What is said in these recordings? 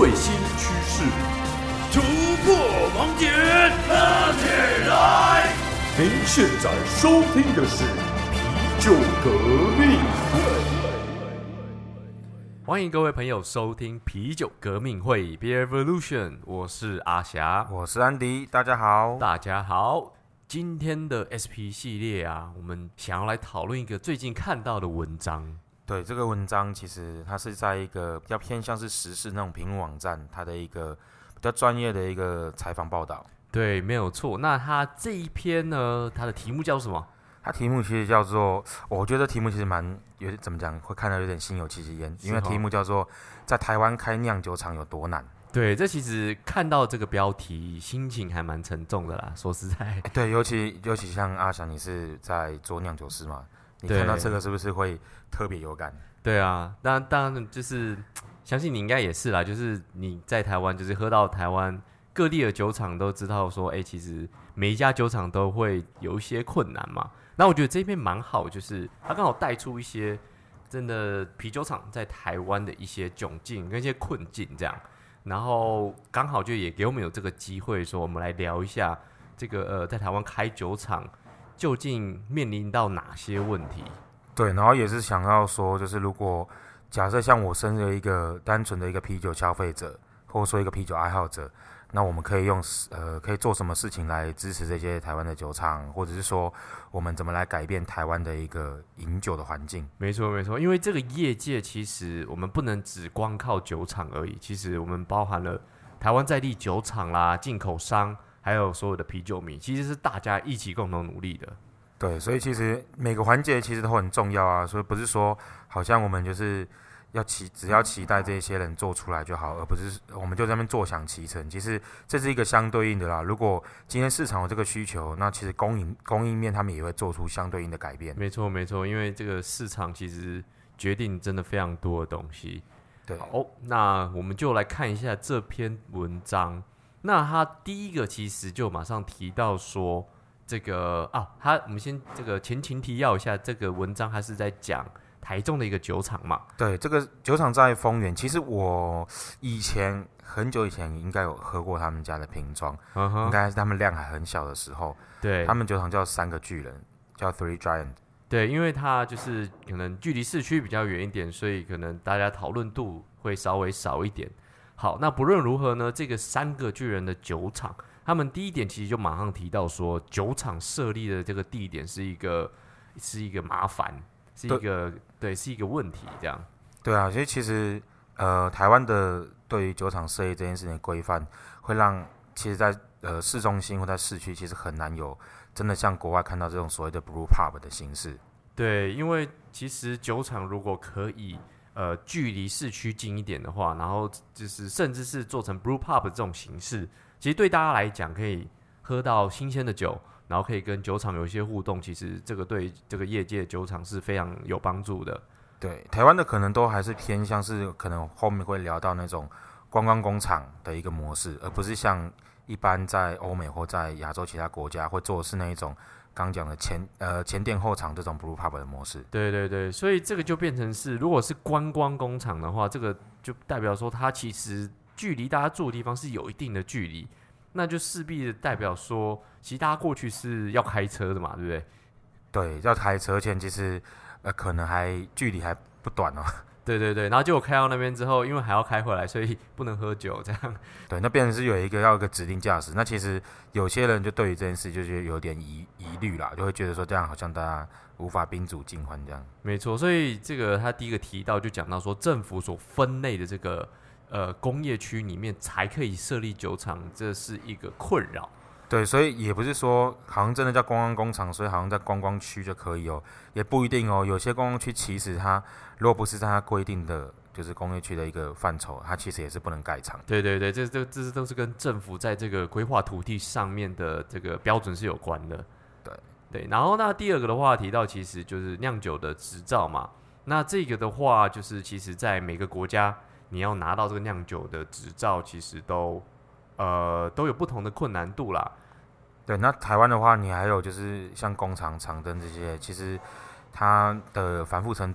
最新趋势， 突破盲点，拉起来！ 您现在收听的是啤酒革命会。 欢迎各位朋友收听啤酒革命会 Beer Evolution， 我是阿霞， 我是安迪，大家好。 大家好。今天的 SP 系列啊，我们想要来讨论一个最近看到的文章。 对，这个文章其实它是在一个比较偏向是时事那种评论网站，它的一个比较专业的一个采访报道。 对，没有错。那它这一篇呢，它的题目叫什么？ 它题目其实叫做，我觉得题目其实有点怎么讲，会看到有点心有戚戚焉，因为题目叫做在台湾开酿酒厂有多难。 对，这其实看到这个标题，心情还蛮沉重的啦。说实在， 对，尤其像阿翔，你是在做酿酒师嘛？你看到这个是不是会特别有感？ 对啊，当然就是相信你应该也是啦，就是你在台湾，就是喝到台湾各地的酒厂都知道说，其实每一家酒厂都会有一些困难嘛。那我觉得这篇蛮好，就是它刚好带出一些真的啤酒厂在台湾的一些窘境跟一些困境这样。然后刚好就也给我们有这个机会，说我们来聊一下这个在台湾开酒厂究竟面临到哪些问题。 对，然后也是想要说，就是如果假设像我身为一个单纯的一个啤酒消费者，或者说一个啤酒爱好者，那我们可以可以做什么事情来支持这些台湾的酒厂，或者是说我们怎么来改变台湾的一个饮酒的环境？ 没错没错，因为这个业界其实我们不能只光靠酒厂而已，其实我们包含了台湾在地酒厂啦、进口商，还有所有的啤酒迷，其实是大家一起共同努力的。 对，所以其实每个环节其实都很重要啊，所以不是说好像我们就是只要期待这些人做出来就好，而不是我们就在那边坐享其成。其实这是一个相对应的啦。如果今天市场有这个需求，那其实供应面他们也会做出相对应的改变。 没错没错，因为这个市场其实决定真的非常多的东西。 对， 好，那我们就来看一下这篇文章。那他第一个其实就马上提到说，这个我们先这个前情提要一下，这个文章它是在讲台中的一个酒厂嘛。 对，这个酒厂在丰原，其实我很久以前应该有喝过他们家的瓶装，应该是他们量还很小的时候。 对， 他们酒厂叫三个巨人，叫 Three Giant。 对，因为它就是可能距离市区比较远一点，所以可能大家讨论度会稍微少一点。好，那不论如何呢，这个三个巨人的酒厂，他们第一点其实就马上提到说，酒厂设立的这个地点是一个麻烦，是一个问题，这样。 对啊，所以其实台湾的对于酒厂设立这件事情的规范，会让其实在市中心或在市区，其实很难有真的像国外看到这种所谓的 brew pub 的形式。 对，因为其实酒厂如果可以距离市区近一点的话，然后就是甚至是做成 brew pub 这种形式，其实对大家来讲可以喝到新鲜的酒，然后可以跟酒厂有一些互动，其实这个对这个业界酒厂是非常有帮助的。 对，台湾的可能都还是偏向是可能后面会聊到那种观光工厂的一个模式，而不是像一般在欧美或在亚洲其他国家会做的是那一种刚讲的前店后厂这种 brew pub 的模式。 对对对，所以这个就变成是，如果是观光工厂的话，这个就代表说它其实距离大家住的地方是有一定的距离，那就势必的代表说，其实大家过去是要开车的嘛，对不对？ 对，要开车前其实可能距离还不短哦。 对对对，然后结果开到那边之后，因为还要开回来，所以不能喝酒，这样。 对，那变成是要一个指定驾驶。那其实有些人就对于这件事就觉得有点疑虑啦，就会觉得说这样好像大家无法宾主尽欢这样。 没错，所以这个他第一个提到就讲到说，政府所分类的这个工业区里面才可以设立酒厂，这是一个困扰。 对，所以也不是说好像真的叫观光工厂，所以好像在观光区就可以哦，也不一定哦。有些观光区其实它如果不是在它规定的就是工业区的一个范畴，它其实也是不能盖厂。 对对对，这都是跟政府在这个规划土地上面的这个标准是有关的。 对对，然后那第二个的话提到其实就是酿酒的执照嘛。那这个的话就是其实在每个国家你要拿到这个酿酒的执照，其实都有不同的困难度啦。 对，那台湾的话，你还有就是像工厂、厂灯这些，其实它的繁复程度，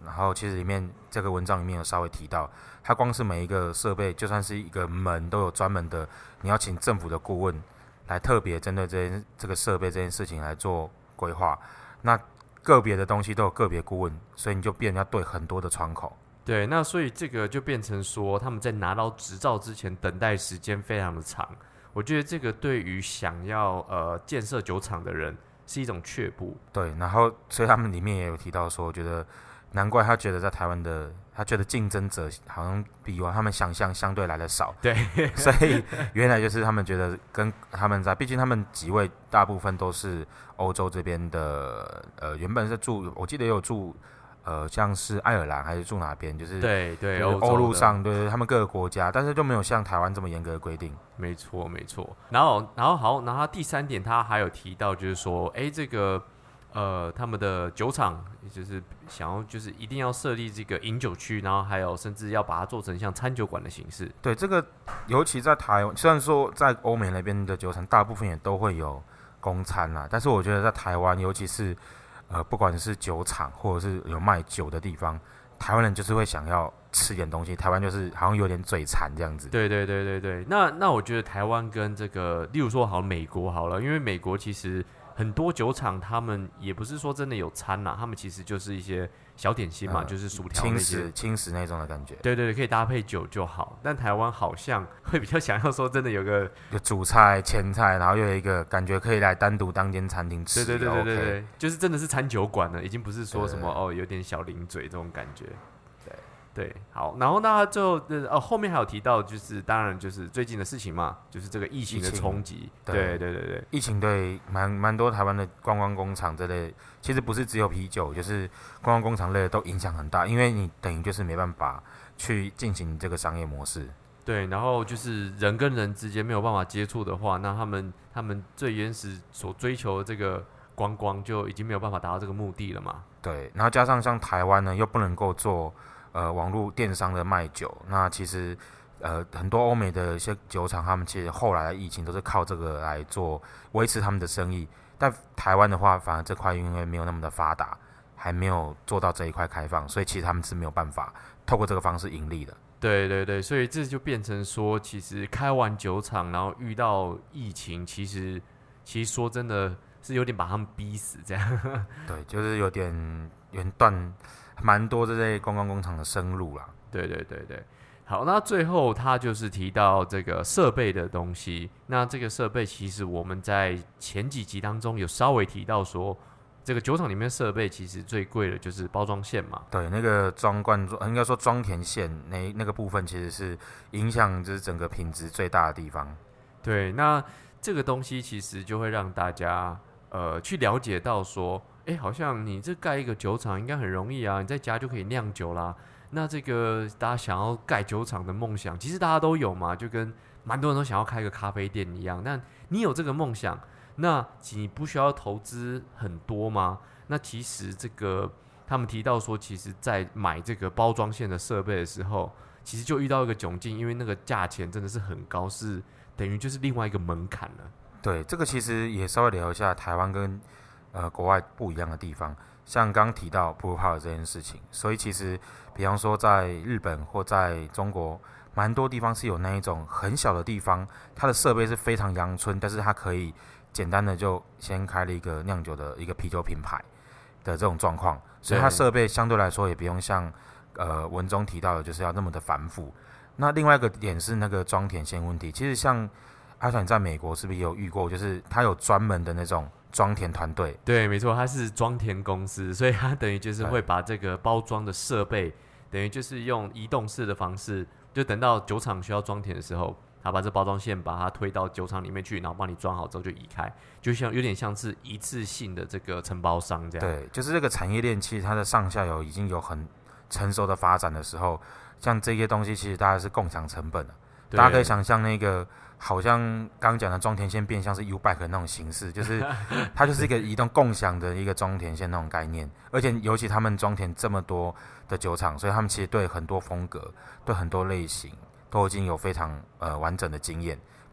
然后其实里面这个文章里面有稍微提到，它光是每一个设备，就算是一个门，都有专门的，你要请政府的顾问来特别针对这个设备这件事情来做规划。那个别的东西都有个别顾问，所以你就变要对很多的窗口。 对，那所以这个就变成说，他们在拿到执照之前，等待时间非常的长。我觉得这个对于想要建设酒厂的人是一种却步。 对，然后所以他们里面也有提到说，觉得难怪他觉得在台湾的，他觉得竞争者好像比他们想象相对来的少。 对， 所以原来就是他们觉得跟他们毕竟他们几位大部分都是欧洲这边的，原本是住，我记得也有住。像是爱尔兰还是住哪边，就是对欧陆上，对他们各个国家，但是就没有像台湾这么严格的规定。 没错。然后他第3点他还有提到，就是说，这个他们的酒厂就是想要就是一定要设立这个饮酒区，然后还有甚至要把它做成像餐酒馆的形式。 对，这个尤其在台湾，虽然说在欧美那边的酒厂大部分也都会有供餐啦，但是我觉得在台湾，尤其是不管是酒厂或者是有卖酒的地方，台湾人就是会想要吃点东西。台湾就是好像有点嘴馋这样子。 对。那我觉得台湾跟这个，例如说好美国好了，因为美国其实很多酒厂他们也不是说真的有餐啦，他们其实就是一些小点心嘛，就是薯条那些轻食那种的感觉。 对，可以搭配酒就好。但台湾好像会比较想要说真的有个主菜、前菜，然后又有一个感觉可以来单独当间餐厅吃。 对，就是真的是餐酒馆了，已经不是说什么有点小零嘴这种感觉。对，好，然后那就后面还有提到，就是当然就是最近的事情嘛，就是这个疫情的冲击。对， 疫情对蛮多台湾的观光工厂这类，其实不是只有啤酒，就是观光工厂类的都影响很大，因为你等于就是没办法去进行这个商业模式。 对，然后就是人跟人之间没有办法接触的话，那他们最原始所追求的这个观光就已经没有办法达到这个目的了嘛。 对，然后加上像台湾呢，又不能够做网络电商的卖酒，那其实很多欧美的一些酒厂，他们其实后来的疫情都是靠这个来做维持他们的生意。但台湾的话，反而这块因为没有那么的发达，还没有做到这一块开放，所以其实他们是没有办法透过这个方式盈利的。 对，所以这就变成说，其实开完酒厂，然后遇到疫情，其实说真的是有点把他们逼死这样。 对，就是有点断蛮多这类观光工厂的生路啦。 对。好，那最后他就是提到这个设备的东西。那这个设备其实我们在前几集当中有稍微提到说，这个酒厂里面设备其实最贵的就是包装线嘛。 对，那个应该说装填线那个部分，其实是影响就是整个品质最大的地方。 对，那这个东西其实就会让大家去了解到说，好像你这盖一个酒厂应该很容易啊，你在家就可以酿酒啦。那这个大家想要盖酒厂的梦想，其实大家都有嘛，就跟蛮多人都想要开个咖啡店一样。那你有这个梦想，那你不需要投资很多吗？那其实这个他们提到说，其实在买这个包装线的设备的时候，其实就遇到一个窘境，因为那个价钱真的是很高，是等于就是另外一个门槛了。 对，这个其实也稍微聊一下台湾跟国外不一样的地方。像刚刚提到 brew pub 这件事情，所以其实比方说在日本或在中国，蛮多地方是有那一种很小的地方，它的设备是非常阳春，但是它可以简单的就先开了一个酿酒的一个啤酒品牌的这种状况，所以它设备相对来说也不用像文中提到的，就是要那么的繁复。那另外一个点是那个装填线问题，其实像阿团在美国是不是也有遇过，就是他有专门的那种装填团队？对， 没错，他是装填公司，所以他等于就是会把这个包装的设备，等于就是用移动式的方式，就等到酒厂需要装填的时候，他把这包装线把它推到酒厂里面去，然后帮你装好之后就移开，就像有点像是一次性的这个承包商这样。 对，就是这个产业链其实它的上下游已经有很成熟的发展的时候，像这些东西其实大家是共享成本的。大家可以想象那个好像刚刚讲的装填线变相是 U-Bike 那种形式，就是它就是一个移动共享的一个装填线那种概念，而且尤其他们装填这么多的酒厂，所以他们其实对很多风格、对很多类型都已经有非常完整的经验，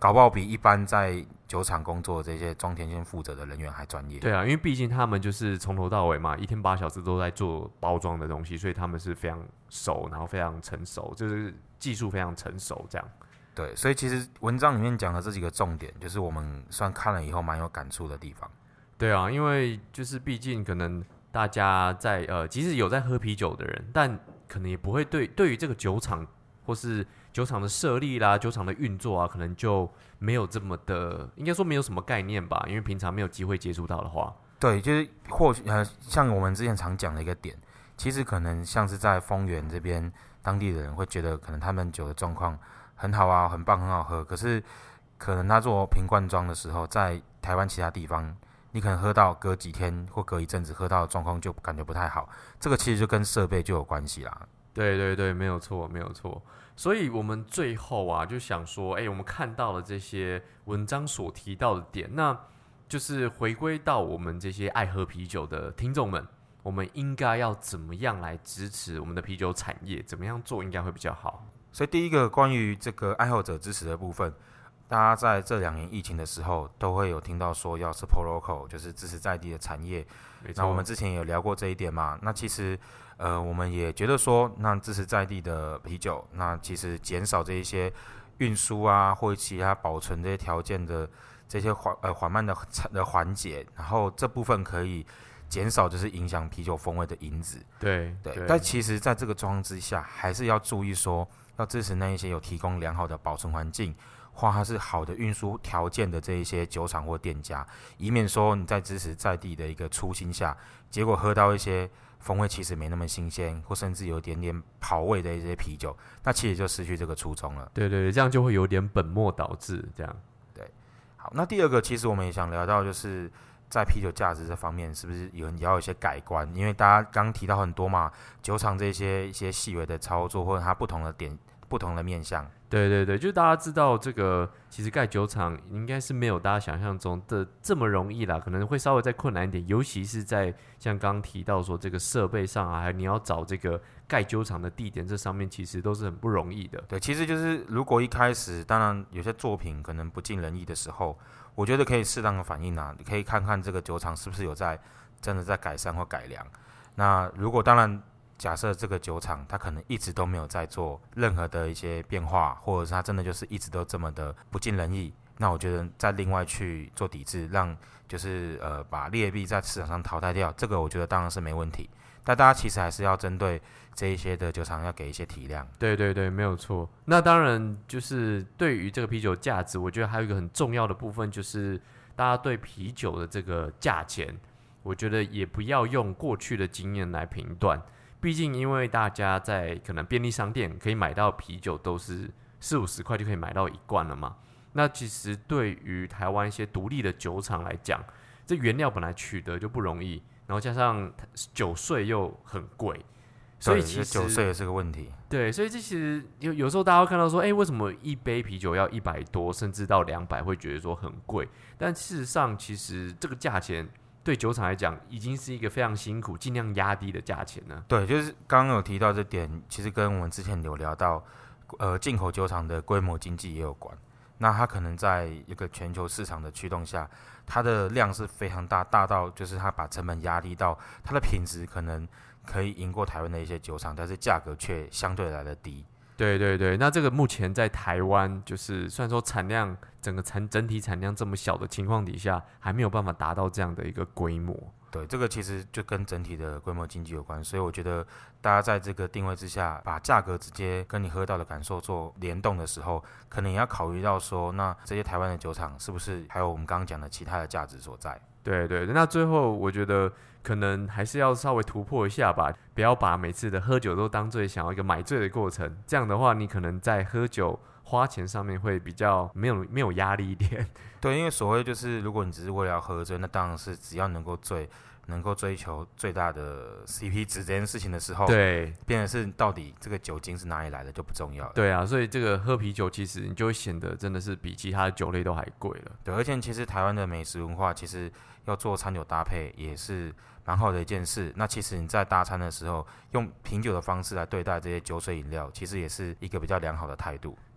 搞不好比一般在酒厂工作的这些装田线负责的人员还专业。 对啊，因为毕竟他们就是从头到尾嘛，一天8小时都在做包装的东西，所以他们是非常熟，然后非常成熟，就是技术非常成熟这样。 对，所以其实文章里面讲的这几个重点，就是我们算看了以后蛮有感触的地方。 对啊，因为就是毕竟可能大家在即使有在喝啤酒的人，但可能也不会对于这个酒厂或是酒厂的设立啦、酒厂的运作啊，可能就没有这么的，应该说没有什么概念吧，因为平常没有机会接触到的话。 对，就是或许像我们之前常讲的一个点，其实可能像是在丰原这边当地的人会觉得，可能他们酒的状况很好啊，很棒，很好喝。可是可能他做瓶罐装的时候，在台湾其他地方，你可能喝到隔几天或隔一阵子喝到的状况就感觉不太好。这个其实就跟设备就有关系啦。 对对对，没有错，没有错。所以我们最后啊，就想说，我们看到了这些文章所提到的点，那就是回归到我们这些爱喝啤酒的听众们，我们应该要怎么样来支持我们的啤酒产业？怎么样做应该会比较好？ 所以第一个关于这个爱好者支持的部分，大家在这2年疫情的时候都会有听到说要 support local， 就是支持在地的产业。 没错。 那我们之前也有聊过这一点嘛。那其实我们也觉得说，那支持在地的啤酒，那其实减少这一些运输啊或其他保存这些条件的这些缓慢的环节，然后这部分可以减少就是影响啤酒风味的因子。 对。 但其实在这个状况之下，还是要注意说，要支持那一些有提供良好的保存环境，或它是好的运输条件的这一些酒厂或店家，以免说你在支持在地的一个初心下，结果喝到一些风味其实没那么新鲜，或甚至有一点点跑味的一些啤酒，那其实就失去这个初衷了。 对对对，这样就会有点本末倒置这样。 对，好，那第二个其实我们也想聊到，就是在啤酒价值这方面，是不是也要有一些改观？因为大家刚提到很多嘛，酒厂这些一些细微的操作，或者它不同的点、不同的面向。 对对对，就大家知道这个，其实盖酒厂应该是没有大家想象中的这么容易啦，可能会稍微再困难一点，尤其是在像刚刚提到说这个设备上啊，还有你要找这个盖酒厂的地点，这上面其实都是很不容易的。 对，其实就是如果一开始，当然有些作品可能不尽人意的时候，我觉得可以适当的反应啊，你可以看看这个酒厂是不是有真的在改善或改良。那如果当然假设这个酒厂它可能一直都没有在做任何的一些变化，或者是它真的就是一直都这么的不尽人意，那我觉得再另外去做抵制，让就是把劣币在市场上淘汰掉，这个我觉得当然是没问题。但大家其实还是要针对这一些的酒厂要给一些体谅。 对对对，没有错。那当然就是对于这个啤酒价值，我觉得还有一个很重要的部分，就是大家对啤酒的这个价钱，我觉得也不要用过去的经验来评断。毕竟，因为大家在可能便利商店可以买到啤酒都是40-50块就可以买到1罐了嘛。那其实对于台湾一些独立的酒厂来讲，这原料本来取得就不容易，然后加上酒税又很贵，所以其实酒税也是个问题。 对，所以这其实有时候大家会看到说，为什么一杯啤酒要100多，甚至到200，会觉得说很贵？但事实上，其实这个价钱对酒厂来讲，已经是一个非常辛苦、尽量压低的价钱了。 对，就是刚刚有提到这点，其实跟我们之前有聊到，进口酒厂的规模经济也有关。那它可能在一个全球市场的驱动下，它的量是非常大，大到就是它把成本压低到它的品质可能可以赢过台湾的一些酒厂，但是价格却相对来的低。 对对对，那这个目前在台湾，就是虽然说产量整体产量这么小的情况底下，还没有办法达到这样的一个规模。 对，这个其实就跟整体的规模经济有关，所以我觉得大家在这个定位之下，把价格直接跟你喝到的感受做联动的时候，可能也要考虑到说，那这些台湾的酒厂是不是还有我们刚刚讲的其他的价值所在？ 对对，那最后我觉得可能还是要稍微突破一下吧，不要把每次的喝酒都当作想要一个买醉的过程，这样的话你可能在喝酒花钱上面会比较没有压力一点。对， 因为所谓就是如果你只是为了要喝醉，那当然是只要能够醉，能够追求最大的 CP 值这件事情的时候， 对， 变成是到底这个酒精是哪里来的就不重要了。 对啊，所以这个喝啤酒其实你就会显得真的是比其他的酒类都还贵了。 对，而且其实台湾的美食文化其实要做餐酒搭配也是蛮好的一件事。那其实你在搭餐的时候用品酒的方式来对待这些酒水饮料，其实也是一个比较良好的态度。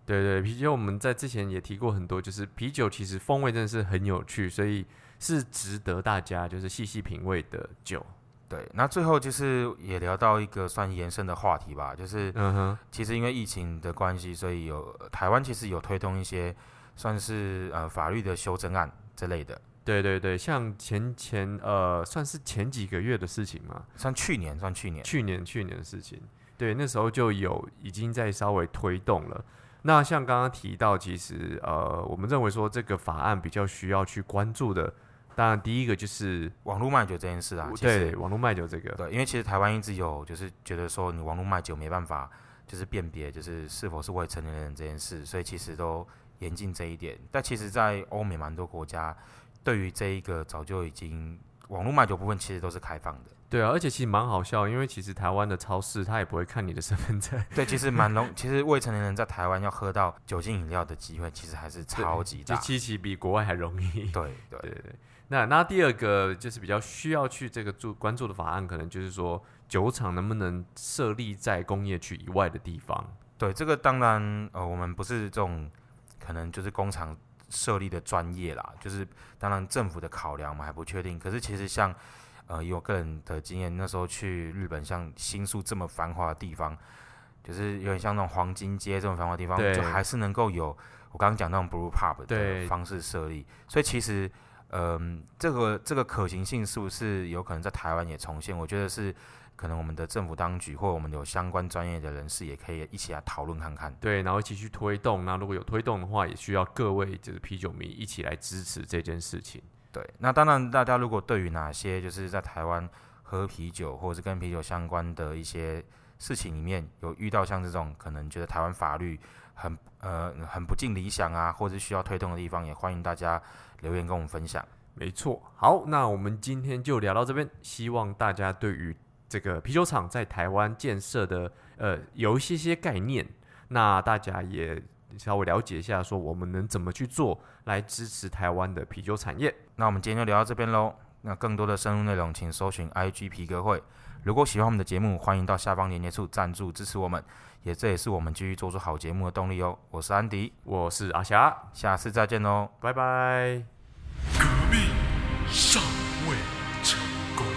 对对，啤酒我们在之前也提过很多，就是啤酒其实风味真的是很有趣，所以是值得大家就是细细品味的酒。 对，那最后就是也聊到一个算延伸的话题吧，就是其实因为疫情的关系，所以台湾其实有推动一些算是法律的修正案之类的。 对对对，像算是前几个月的事情嘛， 算去年的事情。对，那时候就已经在稍微推动了。那像刚刚提到，其实我们认为说这个法案比较需要去关注的，当然第一个就是网络卖酒这件事啊。 对，网络卖酒这个， 对，因为其实台湾一直有就是觉得说你网络卖酒没办法就是辨别就是是否是未成年人这件事，所以其实都严禁这一点。但其实，在欧美蛮多国家，对于这一个早就已经网络卖酒部分其实都是开放的。 对啊，而且其实蛮好笑，因为其实台湾的超市他也不会看你的身份证。 对，其实其实未成年人在台湾要喝到酒精饮料的机会，其实还是超级大， 其实比国外还容易。 对。 那第二个就是比较需要去这个关注的法案，可能就是说酒厂能不能设立在工业区以外的地方。 对，这个当然我们不是这种可能就是工厂设立的专业啦，就是当然政府的考量我们还不确定。可是其实像以我个人的经验，那时候去日本，像新宿这么繁华的地方，就是有点像那种黄金街这种繁华的地方，就还是能够有我刚刚讲那种 brew pub 的方式设立。所以其实这个可行性是不是有可能在台湾也重现？我觉得是可能我们的政府当局或我们有相关专业的人士也可以一起来讨论看看。 对，然后一起去推动。那如果有推动的话，也需要各位就是啤酒迷一起来支持这件事情。 对，那当然，大家如果对于哪些就是在台湾喝啤酒或者是跟啤酒相关的一些事情里面有遇到像这种可能觉得台湾法律很不尽理想啊，或者是需要推动的地方，也欢迎大家留言跟我们分享。 没错，好，那我们今天就聊到这边，希望大家对于这个啤酒厂在台湾建设的有一些概念，那大家也稍微了解一下，说我们能怎么去做来支持台湾的啤酒产业。 那我们今天就聊到这边咯。那更多的深入内容，请搜寻 IG 皮革会。如果喜欢我们的节目，欢迎到下方连结处赞助支持我们，这也是我们继续做出好节目的动力哦。我是安迪， 我是阿霞， 下次再见喽， 拜拜。 革命尚未成功，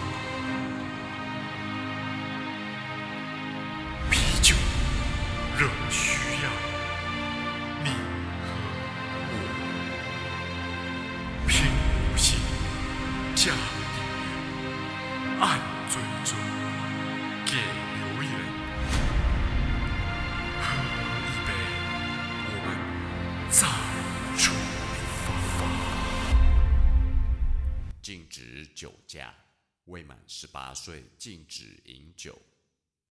啤酒仍需要你和我。评5星加订阅，按追踪，给留言，喝一杯，我们再出发。 禁止酒驾，未满18岁禁止饮酒。